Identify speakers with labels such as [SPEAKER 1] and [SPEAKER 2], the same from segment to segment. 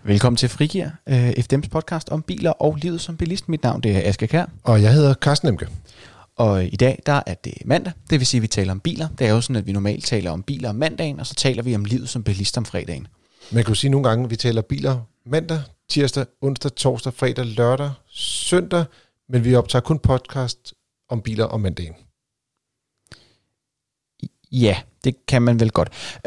[SPEAKER 1] Velkommen til Frigir, FDM's podcast om biler og livet som bilist. Mit navn det er Asger Kjær.
[SPEAKER 2] Og jeg hedder Carsten Emke.
[SPEAKER 1] Og i dag der er det mandag, det vil sige at vi taler om biler. Det er jo sådan, at vi normalt taler om biler om mandagen, og så taler vi om livet som bilist om fredagen.
[SPEAKER 2] Man kan jo sige nogle gange, at vi taler biler mandag, tirsdag, onsdag, torsdag, fredag, lørdag, søndag, men vi optager kun podcast om biler om mandagen.
[SPEAKER 1] Ja, det kan man vel godt.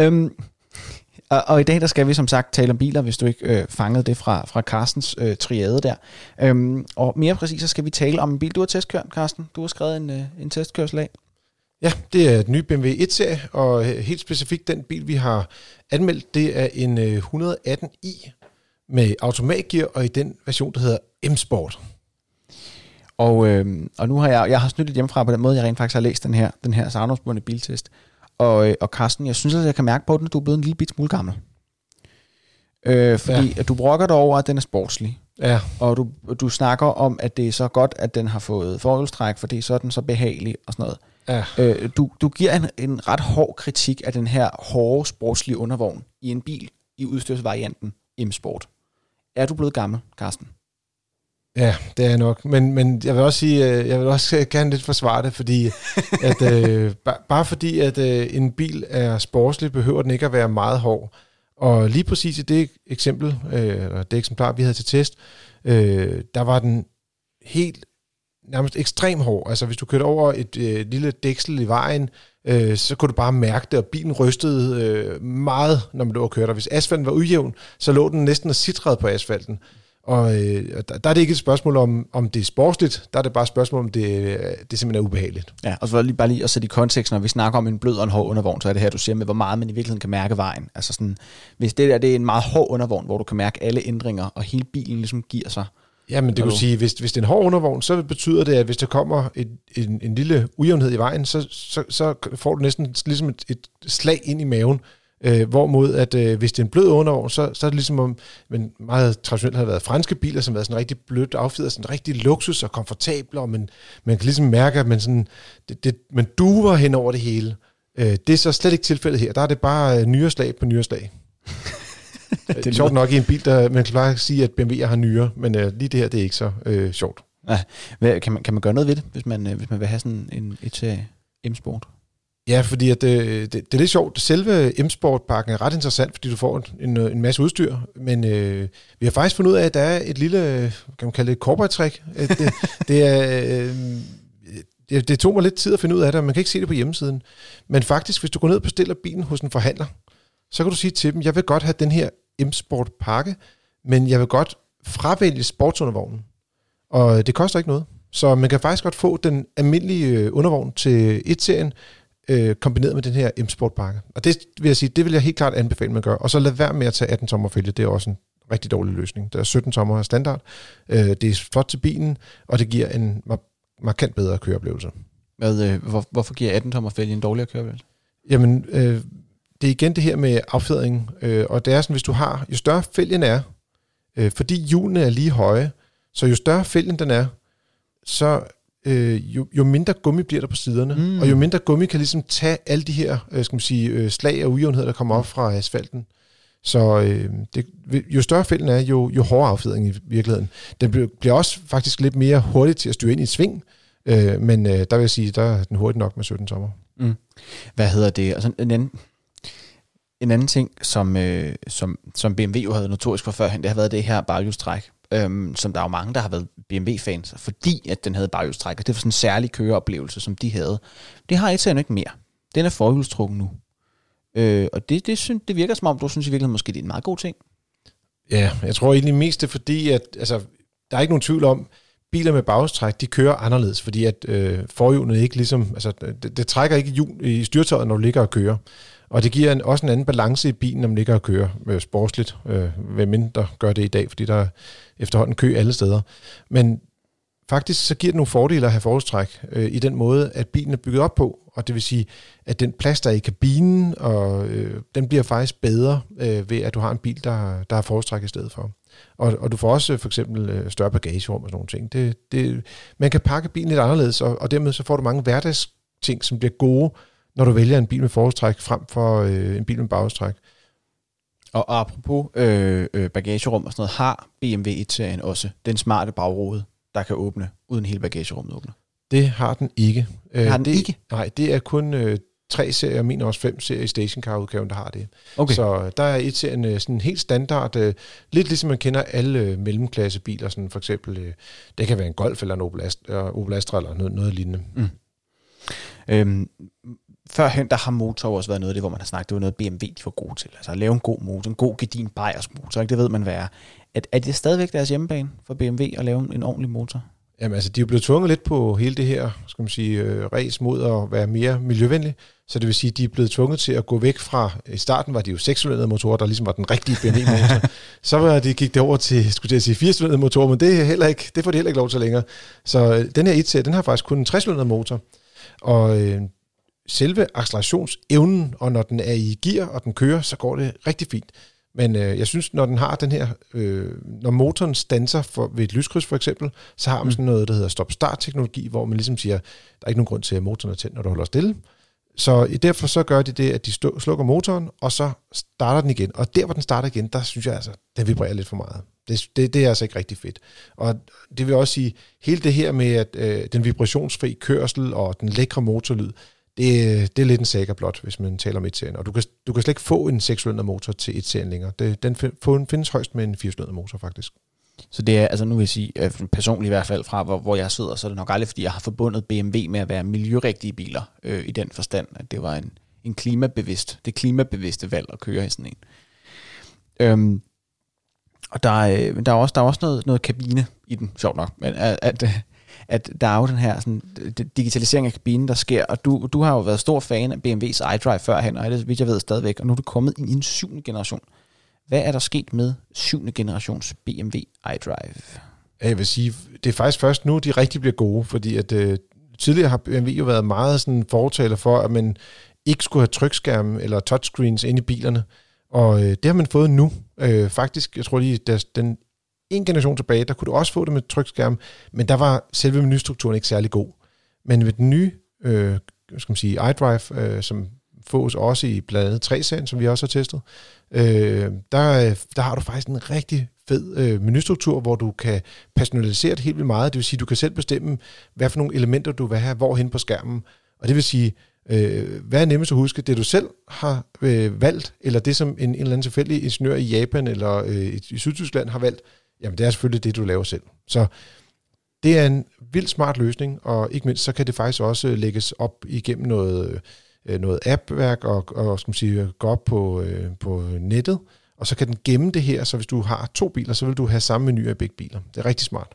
[SPEAKER 1] Og i dag der skal vi som sagt tale om biler, hvis du ikke fangede det fra Carstens triade der. Og mere præcis så skal vi tale om en bil, du har testkørt, Carsten. Du har skrevet en testkørsel af.
[SPEAKER 2] Ja, det er et ny BMW 1-serie, og helt specifikt den bil, vi har anmeldt, det er en 118i med automatgear, og i den version, der hedder M-Sport.
[SPEAKER 1] Og nu har jeg har snydt lidt hjemmefra på den måde, jeg rent faktisk har læst den her savnomsbundne biltest. Og Carsten, jeg synes, at jeg kan mærke på den, at du er blevet en lille bit smule gammel. Fordi at du brokker dig over, at den er sportslig.
[SPEAKER 2] Ja.
[SPEAKER 1] Og du snakker om, at det er så godt, at den har fået forhjulstræk, fordi så er den så behagelig og sådan noget.
[SPEAKER 2] Ja.
[SPEAKER 1] Du giver en ret hård kritik af den her hårde sportslige undervogn i en bil i udstyrsvarianten M-Sport. Er du blevet gammel, Carsten?
[SPEAKER 2] Ja, det er jeg nok. Men jeg vil også sige, jeg vil også gerne lidt forsvare det, fordi at bare fordi at en bil er sportslig, behøver den ikke at være meget hård. Og lige præcis i det eksempel, eller det eksemplar, vi havde til test, der var den helt nærmest ekstrem hård. Altså hvis du kørte over et lille dæksel i vejen, så kunne du bare mærke det, og bilen rystede meget, når man lå og kørte. Og hvis asfalten var ujævn, så lå den næsten og sitrede på asfalten. Og der er det ikke et spørgsmål om det er sportsligt, der er det bare et spørgsmål om det simpelthen er ubehageligt.
[SPEAKER 1] Ja, og så bare lige at sætte i kontekst, når vi snakker om en blød og en hård undervogn, så er det her, du siger med, hvor meget man i virkeligheden kan mærke vejen. Altså sådan, hvis det er en meget hård undervogn, hvor du kan mærke alle ændringer, og hele bilen ligesom giver sig.
[SPEAKER 2] Ja, men det vil sige, hvis det er en hård undervogn, så betyder det, at hvis der kommer en lille ujævnhed i vejen, så får du næsten ligesom et slag ind i maven. Hvorimod, at hvis det er en blød undervogn, så er det ligesom om, men meget traditionelt har været franske biler, som har været sådan rigtig blødt affjedret, sådan rigtig luksus og komfortabel, og man kan ligesom mærke, at man sådan, man duver hen over det hele. Det er så slet ikke tilfældet her. Der er det bare nyreslag på nyreslag. Det er sjovt nok i en bil, der man kan bare sige, at BMW'er har nyre, men lige det her, det er ikke så sjovt.
[SPEAKER 1] Ja, kan man gøre noget ved det, hvis man vil have sådan et M-Sport?
[SPEAKER 2] Ja, fordi at det er lidt sjovt. Selve M-Sport-pakken er ret interessant, fordi du får en masse udstyr, men vi har faktisk fundet ud af, at der er et lille, kan man kalde det et corporate-trick. Det tog mig lidt tid at finde ud af det, og man kan ikke se det på hjemmesiden. Men faktisk, hvis du går ned og bestiller bilen hos en forhandler, så kan du sige til dem, jeg vil godt have den her M-Sport-pakke, men jeg vil godt fravælge sportsundervognen. Og det koster ikke noget. Så man kan faktisk godt få den almindelige undervogn til 1-serien, kombineret med den her M-Sport-pakke. Og det vil jeg sige, det vil jeg helt klart anbefale, man gør. Og så lad være med at tage 18 tommer fælge. Det er også en rigtig dårlig løsning. Der er 17 tommer standard. Det er flot til bilen, og det giver en markant bedre køreoplevelse.
[SPEAKER 1] Hvorfor giver 18 tommer fælge en dårligere køreoplevelse?
[SPEAKER 2] Jamen, det er igen det her med affjedring. Og det er sådan, hvis du har, jo større fælgen er, fordi hjulene er lige høje, så jo større fælgen den er, så jo mindre gummi bliver der på siderne, og jo mindre gummi kan ligesom tage alle de her skal man sige, slag og ujævnheder, der kommer op fra asfalten. Så jo større fælden er, jo hårdere affjedring i virkeligheden. Den bliver også faktisk lidt mere hurtigt til at styre ind i et sving, men der vil jeg sige, der er den hurtigt nok med 17 tommer.
[SPEAKER 1] Hvad hedder det? Altså en anden ting, som BMW jo havde notorisk for førhen, det har været det her baghjulstræk. Som der er jo mange, der har været BMW-fans, fordi at den havde baghjulstræk, og det var sådan en særlig køreoplevelse, som de havde. Det har et ikke mere. Den er forhjulstrukken nu. Og det virker som om, du synes i virkeligheden måske, det er en meget god ting. Ja,
[SPEAKER 2] jeg tror egentlig mest det er fordi, at altså, der er ikke nogen tvivl om, biler med baghjulstræk, de kører anderledes, fordi at forhjulene ikke ligesom, altså det trækker ikke i styrtøjet, når du ligger og kører. Og det giver også en anden balance i bilen, når man ligger og kører sportsligt, hvem mindre gør det i dag, fordi der er efterhånden kø alle steder. Men faktisk så giver det nogle fordele at have forhjulstræk i den måde, at bilen er bygget op på, og det vil sige, at den plads, der er i kabinen, og den bliver faktisk bedre ved, at du har en bil, der har forhjulstræk i stedet for. Og du får også for eksempel større bagagerum og sådan nogle ting. Man kan pakke bilen lidt anderledes, og dermed så får du mange hverdagsting, som bliver gode, når du vælger en bil med forhjulstræk frem for en bil med baghjulstræk.
[SPEAKER 1] Og apropos bagagerum og sådan noget, har BMW 1-serien også den smarte bagrude, der kan åbne, uden hele bagagerummet åbner?
[SPEAKER 2] Det har den ikke.
[SPEAKER 1] Har den ikke?
[SPEAKER 2] Nej, det er kun 3 serier, jeg mener også 5 serier i stationcar-udgaven, der har det.
[SPEAKER 1] Okay.
[SPEAKER 2] Så der er 1-serien sådan helt standard, lidt ligesom man kender alle mellemklassebiler, sådan for eksempel, det kan være en Golf eller en Opel Astra eller noget lignende.
[SPEAKER 1] Førhen, der har motor også været noget af det, hvor man har snakket, det var noget BMW, de var gode til. Altså at lave en god motor, en god gedigen Beyers motor, ikke? Det ved man hvad er. Er det stadigvæk deres hjemmebane for BMW at lave en ordentlig motor?
[SPEAKER 2] Jamen altså, de er blevet tvunget lidt på hele det her, skal man sige, race mod at være mere miljøvenlige. Så det vil sige, at de er blevet tvunget til at gå væk fra, i starten var de jo 6-cylindrede motorer, der ligesom var den rigtige BMW-motor. Så gik det over til, skulle jeg sige, 4-cylindrede motorer, men det får de heller ikke lov til længere. Så den her 1-serie, den har faktisk kun en 3-cylindret motor. Og selve accelerationsevnen, og når den er i gear, og den kører, så går det rigtig fint. Men jeg synes, når den har den her, når motoren standser ved et lyskryds for eksempel, så har man sådan noget, der hedder stop-start-teknologi, hvor man ligesom siger, der er ikke nogen grund til, at motoren er tændt, når du holder stille. Så derfor så gør de det, at de slukker motoren, og så starter den igen. Og der, hvor den starter igen, der synes jeg altså, den vibrerer lidt for meget. Det er altså ikke rigtig fedt. Og det vil også sige, hele det her med at den vibrationsfri kørsel og den lækre motorlyd, det er lidt en saga blot, hvis man taler om 1-serien. Og du kan slet ikke få en 6-cylindret motor til 1-serien længere. Den findes højst med en 4-cylindret motor, faktisk.
[SPEAKER 1] Så det er, altså nu vil jeg sige, personligt i hvert fald fra, hvor jeg sidder, så er det nok aldrig, fordi jeg har forbundet BMW med at være miljørigtige biler, i den forstand, at det var en klimabevidste valg at køre i sådan en. Og der er også noget kabine i den, sjovt nok, men at der er jo den her sådan, digitalisering af kabinen, der sker, og du har jo været stor fan af BMW's iDrive førhen, og det vidt jeg ved stadigvæk, og nu er du kommet ind i en 7. generation. Hvad er der sket med 7. generations BMW iDrive?
[SPEAKER 2] Jeg vil sige, det er faktisk først nu, de rigtig bliver gode, fordi at tidligere har BMW jo været meget sådan fortaler for, at man ikke skulle have trykskærme eller touchscreens inde i bilerne, og det har man fået nu. Faktisk, jeg tror lige, den en generation tilbage, der kunne du også få det med trykskærm, men der var selve menustrukturen ikke særlig god. Men med den nye, skal man sige, iDrive, som fås også i blandt andet 3-serien, som vi også har testet, der har du faktisk en rigtig fed menustruktur, hvor du kan personalisere det helt vildt meget. Det vil sige, du kan selv bestemme, hvad for nogle elementer du vil have, hvorhen på skærmen. Og det vil sige, hvad er nemmest at huske? Det du selv har valgt, eller det som en eller anden tilfældig ingeniør i Japan eller i Sydtyskland har valgt, jamen det er selvfølgelig det, du laver selv. Så det er en vildt smart løsning, og ikke mindst så kan det faktisk også lægges op igennem noget appværk og skal man sige, gå op på nettet, og så kan den gemme det her, så hvis du har 2 biler, så vil du have samme menu i begge biler. Det er rigtig smart.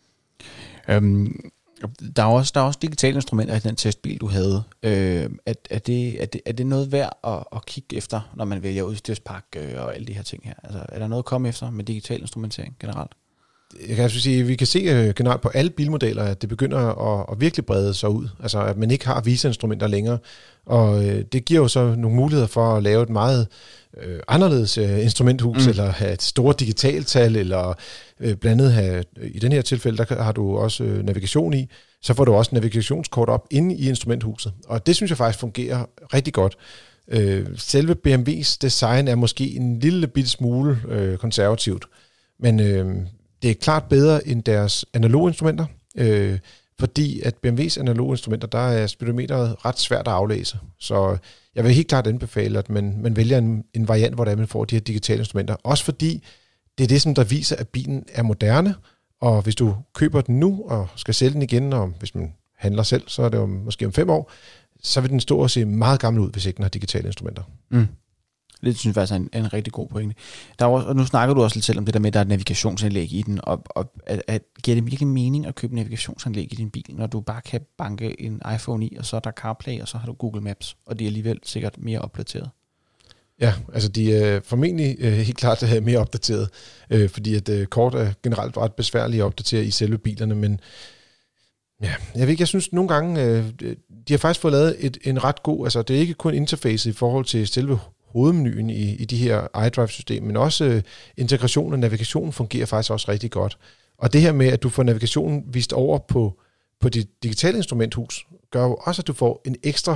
[SPEAKER 1] Der er også digitale instrumenter i den testbil, du havde. Er det noget værd at kigge efter, når man vælger udstyrspakke og alle de her ting her? Altså, er der noget at komme efter med digital instrumentering generelt?
[SPEAKER 2] Jeg kan altså sige, at vi kan se generelt på alle bilmodeller, at det begynder at virkelig brede sig ud. Altså, at man ikke har viserinstrumenter længere. Og det giver jo så nogle muligheder for at lave et meget anderledes instrumenthus, eller have et stort digitaltal, eller blandt andet i den her tilfælde, der har du også navigation i. Så får du også navigationskort op inde i instrumenthuset. Og det synes jeg faktisk fungerer rigtig godt. Selve BMW's design er måske en lille bitte smule konservativt, men det er klart bedre end deres analoge instrumenter, fordi at BMW's analoge instrumenter, der er speedometeret ret svært at aflæse. Så jeg vil helt klart anbefale, at man vælger en variant, hvor man får de her digitale instrumenter. Også fordi det er det, som der viser, at bilen er moderne, og hvis du køber den nu og skal sælge den igen, og hvis man handler selv, så er det jo måske om 5 år, så vil den stå og se meget gammel ud, hvis ikke den har digitale instrumenter.
[SPEAKER 1] Det synes jeg faktisk er en rigtig god pointe. Der er også, og nu snakker du også lidt selv om det der med, at der er et navigationsanlæg i den, og giver det virkelig mening at købe navigationsanlæg i din bil, når du bare kan banke en iPhone i, og så er der CarPlay, og så har du Google Maps, og det er alligevel sikkert mere opdateret?
[SPEAKER 2] Ja, altså de er formentlig helt klart mere opdateret, fordi at kort er generelt ret besværlige at opdatere i selve bilerne, men ja, jeg synes nogle gange, de har faktisk fået lavet en ret god, altså det er ikke kun interface i forhold til selve hovedmenuen i de her iDrive-system, men også integration og navigation fungerer faktisk også rigtig godt. Og det her med, at du får navigationen vist over på dit digitale instrumenthus, gør jo også, at du får en ekstra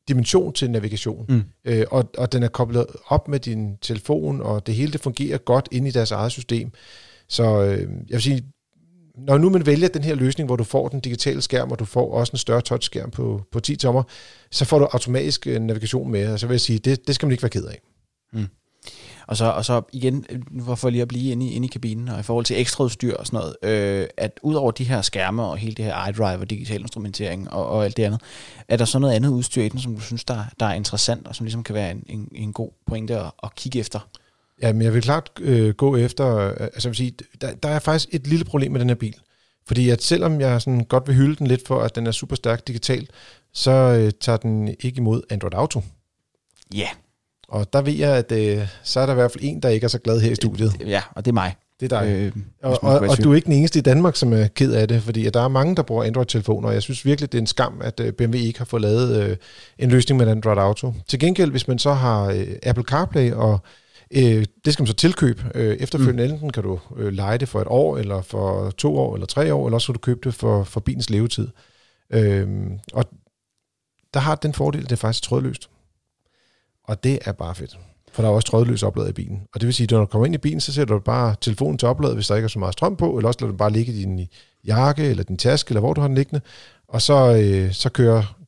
[SPEAKER 2] dimension til navigation, og den er koblet op med din telefon, og det hele det fungerer godt inde i deres eget system. Så jeg vil sige, når nu man vælger den her løsning, hvor du får den digitale skærm, og du får også en større touchskærm på 10 tommer, så får du automatisk navigation med, og så vil jeg sige, det skal man ikke være ked af.
[SPEAKER 1] Mm. Og så igen, hvorfor lige at blive inde i kabinen, og i forhold til ekstra udstyr og sådan noget, at ud over de her skærme og hele det her iDrive og digital instrumentering og alt det andet, er der så noget andet udstyr i den, som du synes, der er interessant, og som ligesom kan være en god pointe at kigge efter?
[SPEAKER 2] Ja, men jeg vil klart gå efter, altså jeg vil sige, der er faktisk et lille problem med den her bil. Fordi at selvom jeg sådan godt vil hylde den lidt for, at den er super stærk digitalt, så tager den ikke imod Android Auto.
[SPEAKER 1] Ja. Yeah.
[SPEAKER 2] Og der ved jeg, at så er der i hvert fald en, der ikke er så glad her i studiet.
[SPEAKER 1] Ja, og det er mig.
[SPEAKER 2] Det er dig. Og du er ikke den eneste i Danmark, som er ked af det, fordi at der er mange, der bruger Android-telefoner, og jeg synes virkelig, det er en skam, at BMW ikke har fået lavet en løsning med Android Auto. Til gengæld, hvis man så har Apple CarPlay, og det skal man så tilkøbe efterfølgende, enten kan du leje det for 1 år, eller for 2 år, eller 3 år, eller også kan du købe det for bilens levetid. Og der har den fordel, at det er faktisk trådløst. Og det er bare fedt. For der er også trådløs oplader i bilen. Og det vil sige, at når du kommer ind i bilen, så sætter du bare telefonen til oplader, hvis der ikke er så meget strøm på, eller også lader du bare ligge i din jakke, eller din taske, eller hvor du har den liggende. Og så kører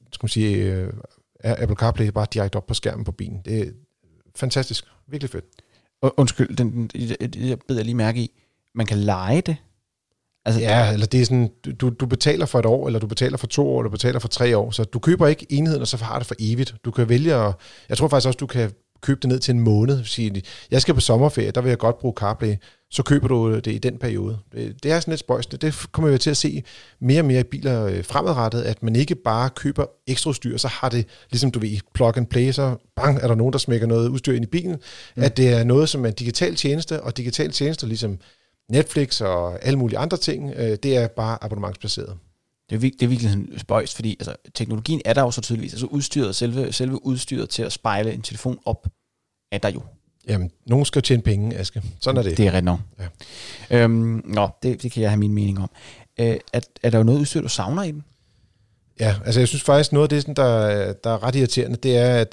[SPEAKER 2] Apple CarPlay bare direkte op på skærmen på bilen. Det er fantastisk. Virkelig fedt.
[SPEAKER 1] Undskyld, det bed jeg lige mærke i. Man kan leje det?
[SPEAKER 2] Altså, ja, eller det er sådan, du betaler for 1 år, eller du betaler for 2 år, eller du betaler for 3 år. Så du køber ikke enheden, og så har det for evigt. Du kan vælge, jeg tror faktisk også, du kan købe det ned til 1 måned. Sige, jeg skal på sommerferie, der vil jeg godt bruge CarPlay. Så køber du det i den periode. Det er sådan lidt spøjst. Det kommer vi til at se mere og mere i biler fremadrettet, at man ikke bare køber ekstra udstyr, så har det, ligesom du ved, plug and play, så bang, er der nogen, der smækker noget udstyr ind i bilen. At det er noget, som er en digital tjeneste, og digital tjenester, ligesom Netflix og alle mulige andre ting, det er bare abonnementsbaseret.
[SPEAKER 1] Det er virkelig spøjst, fordi altså, teknologien er der jo så tydeligvis. Altså udstyret, selve udstyret til at spejle en telefon op, er der jo.
[SPEAKER 2] Jamen, nogen skal tjene penge, Aske. Sådan er det.
[SPEAKER 1] Det er ret nok.
[SPEAKER 2] Ja.
[SPEAKER 1] Det kan jeg have min mening om. Er der jo noget udstyr, du savner i den?
[SPEAKER 2] Ja, altså jeg synes faktisk, noget af det, der er ret irriterende, det er, at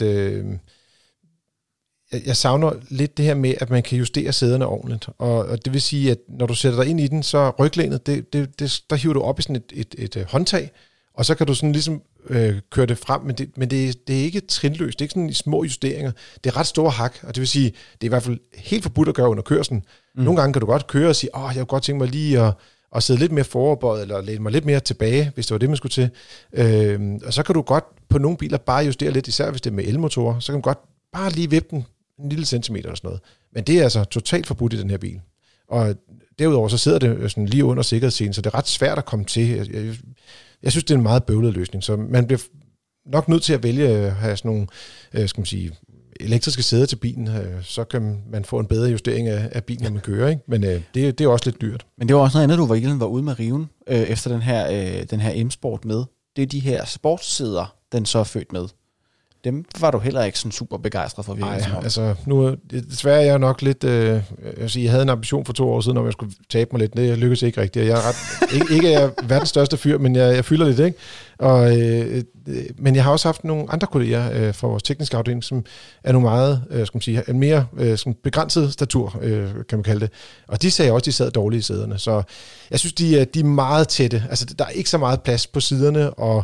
[SPEAKER 2] jeg savner lidt det her med, at man kan justere sæderne ordentligt. Og det vil sige, at når du sætter dig ind i den, så ryglænet, der hiver du op i sådan et håndtag, og så kan du sådan ligesom køre det frem, men det er ikke trinløst. Det er ikke sådan små justeringer. Det er ret store hak, og det vil sige, det er i hvert fald helt forbudt at gøre under kørslen. Nogle gange kan du godt køre og sige, jeg kunne godt tænke mig lige at sidde lidt mere foroverbøjet, eller læne mig lidt mere tilbage, hvis det var det, man skulle til. Og så kan du godt på nogle biler bare justere lidt, især hvis det er med elmotorer, så kan du godt bare lige vippe den en lille centimeter eller sådan noget. Men det er altså totalt forbudt i den her bil. Og derudover så sidder det sådan lige under sikkerhedsscenen, så det er ret svært at komme til. Jeg synes, det er en meget bøvlet løsning, så man bliver nok nødt til at vælge at have sådan nogle, elektriske sæder til bilen, så kan man få en bedre justering af bilen, når man kører, ikke? Men det er også lidt dyrt.
[SPEAKER 1] Men det var også noget andet, du var ude med riven efter den her M-Sport med. Det er de her sportssæder, den så er født med. Dem var du heller ikke sådan super begejstret for.
[SPEAKER 2] Nej, altså nu desværre er jeg nok lidt, jeg havde en ambition for 2 år siden, om jeg skulle tabe mig lidt. Det lykkedes ikke rigtigt. Jeg er ikke er verdens største fyr, men jeg fylder lidt, ikke? Men jeg har også haft nogle andre kolleger fra vores tekniske afdeling, som er nogle meget, en mere begrænset statur, kan man kalde det. Og de sagde også, at de sad dårligt i sæderne. Så jeg synes, de er meget tætte. Altså, der er ikke så meget plads på siderne, og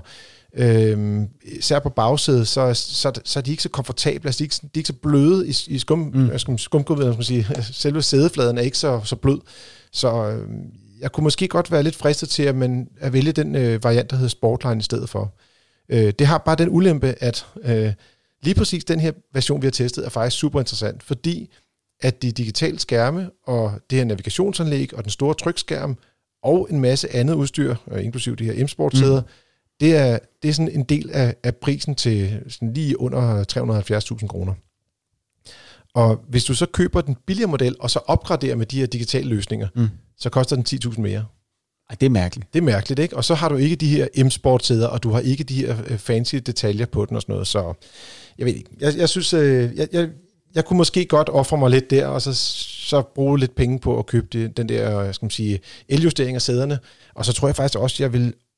[SPEAKER 2] især på bagsædet, så er de ikke så komfortable, altså de er ikke så bløde i skumgummiet, selve sædefladen er ikke så blød, så jeg kunne måske godt være lidt fristet til at vælge den variant, der hedder Sportline i stedet for. Det har bare den ulempe, at lige præcis den her version, vi har testet, er faktisk super interessant, fordi at de digitale skærme og det her navigationsanlæg og den store trykskærm og en masse andet udstyr, inklusive de her M-Sport-sæder, det er sådan en del af prisen til sådan lige under 370.000 kroner. Og hvis du så køber den billigere model, og så opgraderer med de her digitale løsninger, så koster den 10.000 mere.
[SPEAKER 1] Ej, det er mærkeligt.
[SPEAKER 2] Det er mærkeligt, ikke? Og så har du ikke de her M-Sport-sæder, og du har ikke de her fancy detaljer på den og sådan noget. Så jeg ved ikke. Jeg synes, jeg kunne måske godt ofre mig lidt der, og så bruge lidt penge på at købe den der, eljustering af sæderne. Og så tror jeg faktisk også, jeg vil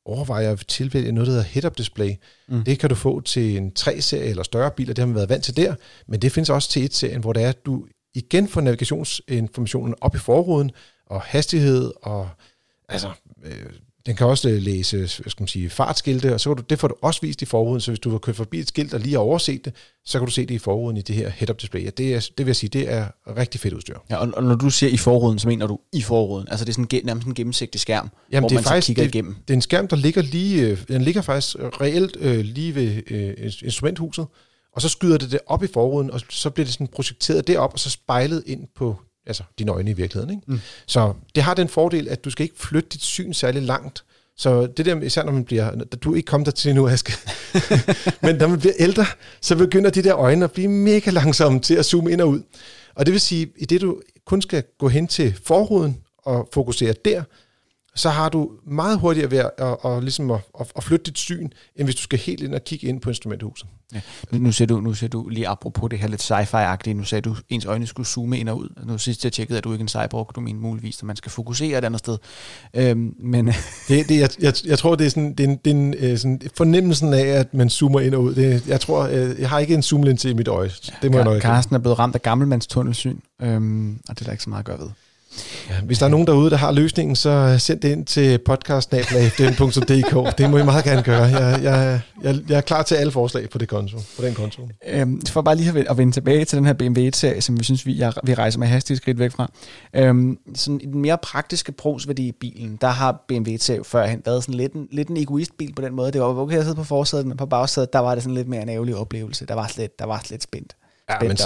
[SPEAKER 2] overvejer at tilvælge noget, der hedder head-up display. Det kan du få til en 3-serie eller større biler, det har man været vant til der, men det findes også til 1-serien, hvor det er, at du igen får navigationsinformationen op i forruden, og hastighed, og altså, den kan også læse, fartskilte, og så kan det får du også vist i forruden, så hvis du har kørt forbi et skilt og lige har overset det, så kan du se det i forruden i det her head-up display. Det vil jeg sige, det er rigtig fedt udstyr.
[SPEAKER 1] Ja, og når du siger i forruden, så mener du i forruden, altså det er sådan nærmest en gennemsigtig skærm, hvor
[SPEAKER 2] det
[SPEAKER 1] man
[SPEAKER 2] faktisk,
[SPEAKER 1] så kigger igennem.
[SPEAKER 2] Det er en skærm, der ligger lige, den ligger faktisk reelt lige ved instrumenthuset, og så skyder det op i forruden, og så bliver det sådan projekteret derop, og så spejlet ind på dine øjne i virkeligheden. Ikke? Så det har den fordel, at du skal ikke flytte dit syn særlig langt. Så det der, især når man bliver, du er ikke kommet der til nu, Aske, men når man bliver ældre, så begynder de der øjne at blive mega langsomme til at zoome ind og ud. Og det vil sige, i det du kun skal gå hen til forruden og fokusere der, så har du meget hurtigere ved at flytte dit syn, end hvis du skal helt ind og kigge ind på instrumenthuset.
[SPEAKER 1] Ja. Nu ser du lige apropos det her lidt sci-fi-agtige, nu sagde du, ens øjne skulle zoome ind og ud. Nu sidst jeg tjekkede, at du ikke er en cyborg, du mener muligvis, at man skal fokusere et andet sted. Men
[SPEAKER 2] jeg tror, det er sådan fornemmelsen af, at man zoomer ind og ud. Jeg tror, jeg har ikke en zoomlinse i mit øje. Det må jeg nok.
[SPEAKER 1] Carsten er blevet ramt af gammelmands tunnelsyn, og det er der ikke så meget at gøre ved.
[SPEAKER 2] Ja, hvis der er nogen derude, der har løsningen, så send det ind til podcast@fdm.dk. Det må I meget gerne gøre. Jeg er klar til alle forslag på den konto.
[SPEAKER 1] For bare lige at vende tilbage til den her BMW 1-serie, som vi synes, vi rejser med hastigt skridt væk fra. Sådan i den mere praktiske brugsværdi i bilen, der har BMW 1-serie førhen været sådan lidt en egoistbil på den måde. Det var okay at sidde på forsædet, men på bagsædet, der var det sådan lidt mere en ærgerlig oplevelse. Der var slet spændt.
[SPEAKER 2] Ja, men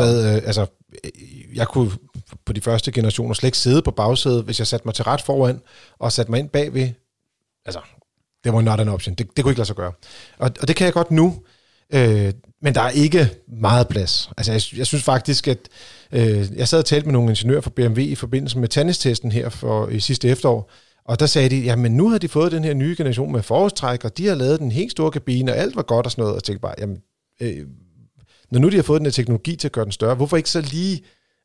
[SPEAKER 2] jeg kunne på de første generationer slet ikke sidde på bagsædet, hvis jeg satte mig til ret foran og satte mig ind bagved. Altså, det var not an option. Det kunne ikke lade sig gøre. Og det kan jeg godt nu, men der er ikke meget plads. Altså, jeg synes faktisk, at jeg sad og talte med nogle ingeniører fra BMW i forbindelse med Tannis-testen her i sidste efterår, og der sagde de, jamen nu har de fået den her nye generation med forrudstræk, og de har lavet den helt store kabine, og alt var godt og sådan noget, og jeg tænkte bare, jamen, når nu de har fået den her teknologi til at gøre den større, hvorfor ikke så lige,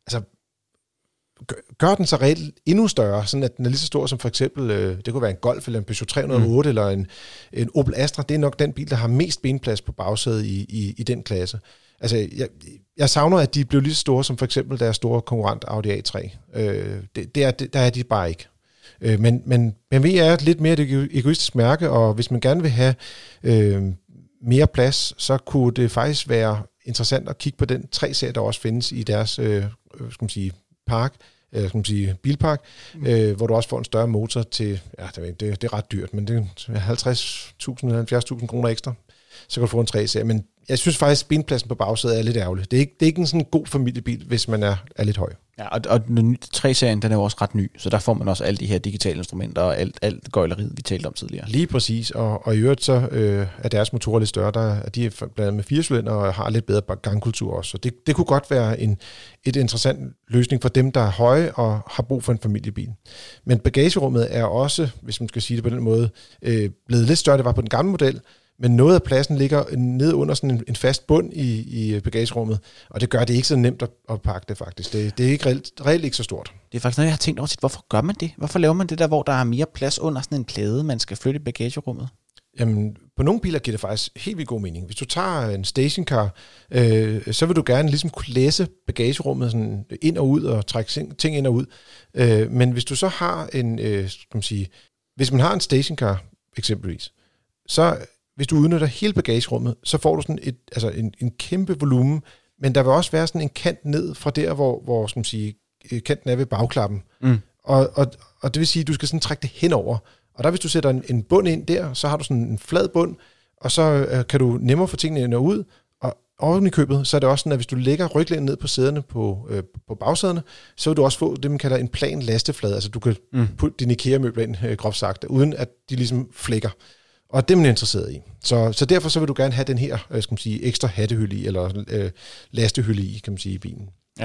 [SPEAKER 2] gør den så reelt endnu større, sådan at den er lige så stor som for eksempel, det kunne være en Golf eller en Peugeot 308 eller en Opel Astra. Det er nok den bil, der har mest benplads på bagsædet i den klasse. Altså, jeg savner, at de blev lige så store som for eksempel deres store konkurrent Audi A3. Der er de bare ikke. Men BMW er lidt mere et egoistisk mærke, og hvis man gerne vil have mere plads, så kunne det faktisk være interessant at kigge på den 3-serie, der også findes i deres bilpark, hvor du også får en større motor til, det er ret dyrt, men det er 50.000 kroner ekstra, så kan du få en 3-serie. Men jeg synes faktisk, at benpladsen på bagsædet er lidt ærgerlig. Det er ikke en sådan god familiebil, hvis man er lidt høj. Ja,
[SPEAKER 1] og den 3-serien, den er jo også ret ny, så der får man også alle de her digitale instrumenter og alt gøjleriet, vi talte om tidligere.
[SPEAKER 2] Lige præcis, og i øvrigt så er deres motorer lidt større. De er blandt andet med 4-cylinder og har lidt bedre gangkultur også. Så det kunne godt være et interessant løsning for dem, der er høje og har brug for en familiebil. Men bagagerummet er også, hvis man skal sige det på den måde, blevet lidt større, det var på den gamle model, men noget af pladsen ligger ned under sådan en fast bund i bagagerummet, og det gør det ikke så nemt at pakke det faktisk. Det er ikke reelt ikke så stort.
[SPEAKER 1] Det er faktisk noget, jeg har tænkt over tit. Hvorfor gør man det? Hvorfor laver man det der, hvor der er mere plads under sådan en plade, man skal flytte i bagagerummet?
[SPEAKER 2] Jamen, på nogle biler giver det faktisk helt vildt god mening. Hvis du tager en stationcar, så vil du gerne ligesom kunne læse bagagerummet sådan ind og ud og trække ting ind og ud. Men hvis du så har hvis man har en stationcar eksempelvis, så hvis du udnytter hele bagagerummet, så får du sådan en kæmpe volumen, men der vil også være sådan en kant ned fra der, hvor kanten er ved bagklappen. Og det vil sige, at du skal sådan trække det henover. Og der hvis du sætter en bund ind der, så har du sådan en flad bund, og så kan du nemmere få tingene ind og ud. Og oven i købet, så er det også sådan, at hvis du lægger ryglænet ned på sæderne på bagsæderne, så vil du også få det, man kalder en plan lasteflade. Altså du kan putte dine IKEA-møbler ind, groft sagt, uden at de ligesom flækker. Og det er man interesseret i. Så derfor så vil du gerne have den her, ekstra hattehylde i, eller lastehylde i, kan man sige, i bilen.
[SPEAKER 1] Ja.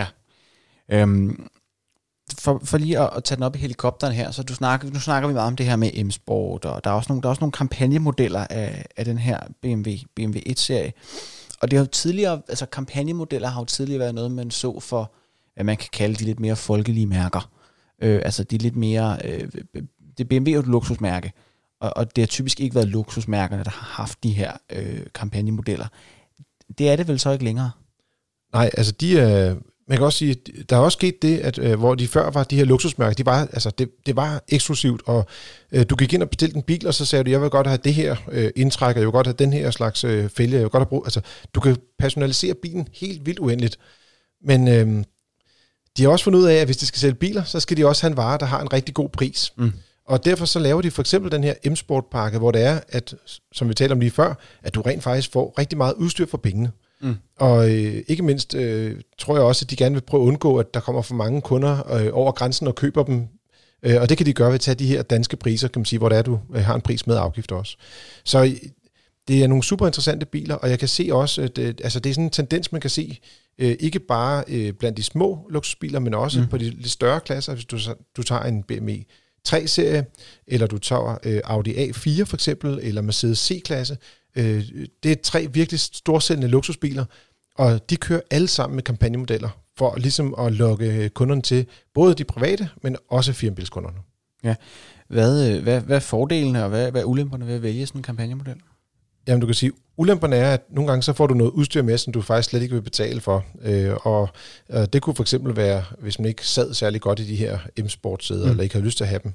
[SPEAKER 1] For lige at tage den op i helikopteren her, så nu snakker vi meget om det her med M-Sport, og der er også nogle kampagnemodeller af den her BMW 1-serie. Og det har jo tidligere, altså kampagnemodeller har jo tidligere været noget, man så for, hvad man kan kalde de lidt mere folkelige mærker. Altså de lidt mere, det BMW er et luksusmærke. og det har typisk ikke været luksusmærkerne, der har haft de her kampagnemodeller. Det er det vel så ikke længere?
[SPEAKER 2] Nej, altså man kan også sige, der er også sket det, at hvor de før var de her luksusmærker, de var, altså det var eksklusivt, og du gik ind og bestilte en bil, og så sagde du, jeg vil godt have det her indtrækker, jeg vil godt have den her slags fælge, jeg vil godt have brug, altså du kan personalisere bilen helt vildt uendeligt. Men de har også fundet ud af, at hvis de skal sælge biler, så skal de også have en vare, der har en rigtig god pris. Og derfor så laver de for eksempel den her M-Sport-pakke, hvor det er, at, som vi talte om lige før, at du rent faktisk får rigtig meget udstyr for pengene. Og ikke mindst tror jeg også, at de gerne vil prøve at undgå, at der kommer for mange kunder over grænsen og køber dem. Og det kan de gøre ved at tage de her danske priser, kan man sige, hvor det er, du har en pris med afgift også. Så det er nogle super interessante biler, og jeg kan se også, at altså, det er sådan en tendens, man kan se, ikke bare blandt de små luksusbiler, men også på de lidt større klasser. Hvis du tager en BMW 3-serie, eller du tager Audi A4 for eksempel, eller Mercedes C-klasse. Det er 3 virkelig storsælgende luksusbiler, og de kører alle sammen med kampagnemodeller, for ligesom at lokke kunderne til, både de private, men også firmabilskunderne.
[SPEAKER 1] Ja. Hvad er fordelene, og hvad er ulemperne ved at vælge sådan en kampagnemodel?
[SPEAKER 2] Jamen, du kan sige, ulemperne er, at nogle gange så får du noget udstyr med, som du faktisk slet ikke vil betale for. Og det kunne for eksempel være, hvis man ikke sad særlig godt i de her M-Sport-sæder, eller ikke havde lyst til at have dem.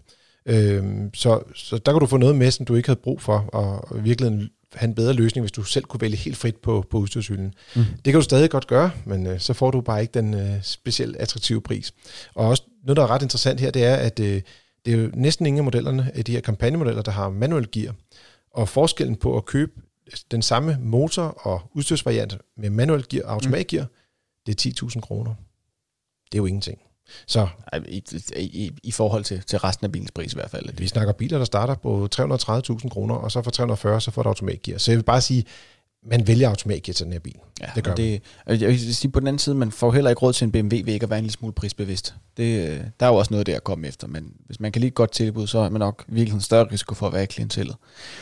[SPEAKER 2] Så der kan du få noget med, som du ikke havde brug for, og i virkeligheden have en bedre løsning, hvis du selv kunne vælge helt frit på udstyrshylden. Det kan du stadig godt gøre, men så får du bare ikke den specielt attraktive pris. Og også noget, der er ret interessant her, det er, at det er jo næsten ingen af modellerne, de her kampagnemodeller, der har manuel gear. Og forskellen på at købe den samme motor og udstyrsvariant med manuel gear og automatgear, det er 10.000 kroner. Det er jo ingenting. Så
[SPEAKER 1] I forhold til resten af bilens pris i hvert fald.
[SPEAKER 2] Vi snakker biler, der starter på 330.000 kroner, og så for 340, så får du automatgear. Så jeg vil bare sige, man vælger automatgear til den her bil.
[SPEAKER 1] Ja,
[SPEAKER 2] det gør
[SPEAKER 1] det. Jeg vil sige, på den anden side, man får heller ikke råd til en BMW ved ikke at være en lille smule prisbevidst. Der er jo også noget der at komme efter, men hvis man kan lide et godt tilbud, så er man nok virkelig en større risiko for at være i klientellet.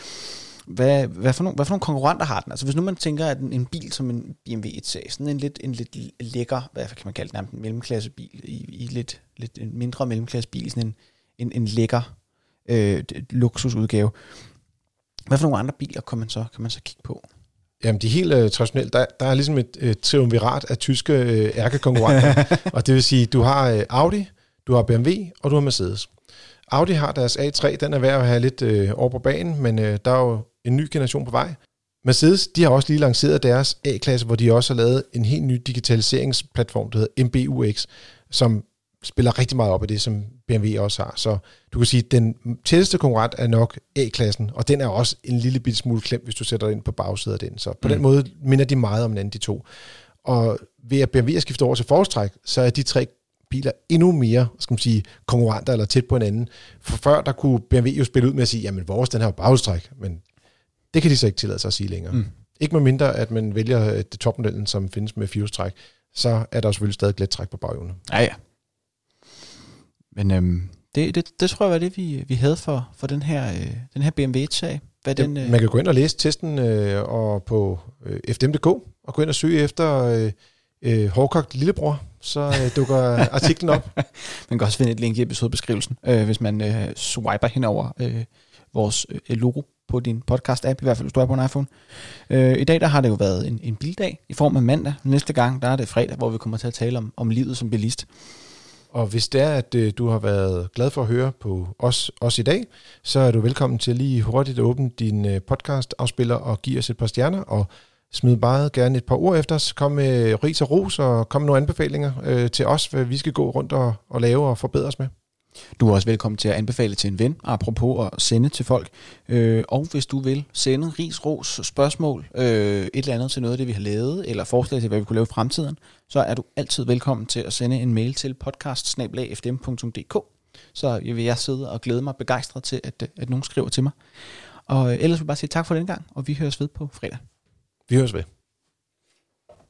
[SPEAKER 1] Hvad for nogle konkurrenter har den? Altså hvis nu man tænker, at en bil som en BMW 1-serie, sådan en lidt lækker, hvad kan man kalde den, en mellemklassebil, i lidt en mindre mellemklassebil, sådan en lækker luksusudgave. Hvad for nogle andre biler kan man så kigge på?
[SPEAKER 2] Jamen, de helt traditionelle, der er ligesom et triumvirat af tyske ærkekonkurrenter, og det vil sige, du har Audi, du har BMW, og du har Mercedes. Audi har deres A3, den er værd at have lidt over på banen, men der er jo en ny generation på vej. Mercedes, de har også lige lanceret deres A-klasse, hvor de også har lavet en helt ny digitaliseringsplatform, der hedder MBUX, som spiller rigtig meget op af det, som BMW også har. Så du kan sige, at den tætteste konkurrent er nok A-klassen, og den er også en lille bitte smule klemt, hvis du sætter den ind på bagsiden af den. Så på den måde minder de meget om hinanden, de to. Og ved at BMW skifter over til forårstræk, så er de 3 biler endnu mere, skal man sige, konkurrenter eller tæt på hinanden. For før, der kunne BMW jo spille ud med at sige, jamen vores, den her er bagstræk, men det kan de så ikke tillade sig at sige længere. Ikke med mindre, at man vælger topmodellen, som findes med firehjulstræk, så er der selvfølgelig stadig glættræk på baghjulene.
[SPEAKER 1] Ja. Men det tror jeg var det, vi havde for den her BMW 1-sag.
[SPEAKER 2] Man kan gå ind og læse testen og på fdm.dk og gå ind og søge efter hårdkogt lillebror, så dukker artiklen op.
[SPEAKER 1] Man kan også finde et link i episodebeskrivelsen, hvis man swiper henover vores logo på din podcast-app, i hvert fald hvis du er på en iPhone. I dag der har det jo været en bildag i form af mandag. Næste gang der er det fredag, hvor vi kommer til at tale om livet som bilist.
[SPEAKER 2] Og hvis det er, at du har været glad for at høre på os i dag, så er du velkommen til lige hurtigt at åbne din podcast-afspiller og give os et par stjerner, og smid bare gerne et par ord efter os. Kom med ris og ros, og kom med nogle anbefalinger til os, hvad vi skal gå rundt og lave og forbedre os med.
[SPEAKER 1] Du er også velkommen til at anbefale til en ven, apropos at sende til folk. Og hvis du vil sende ris, ros, spørgsmål, et eller andet til noget af det, vi har lavet, eller forslag til, hvad vi kunne lave i fremtiden, så er du altid velkommen til at sende en mail til podcast@fdm.dk. Så vil jeg sidde og glæde mig begejstret til, at nogen skriver til mig. Og ellers vil jeg bare sige tak for den gang, og vi høres ved på fredag.
[SPEAKER 2] Vi høres ved.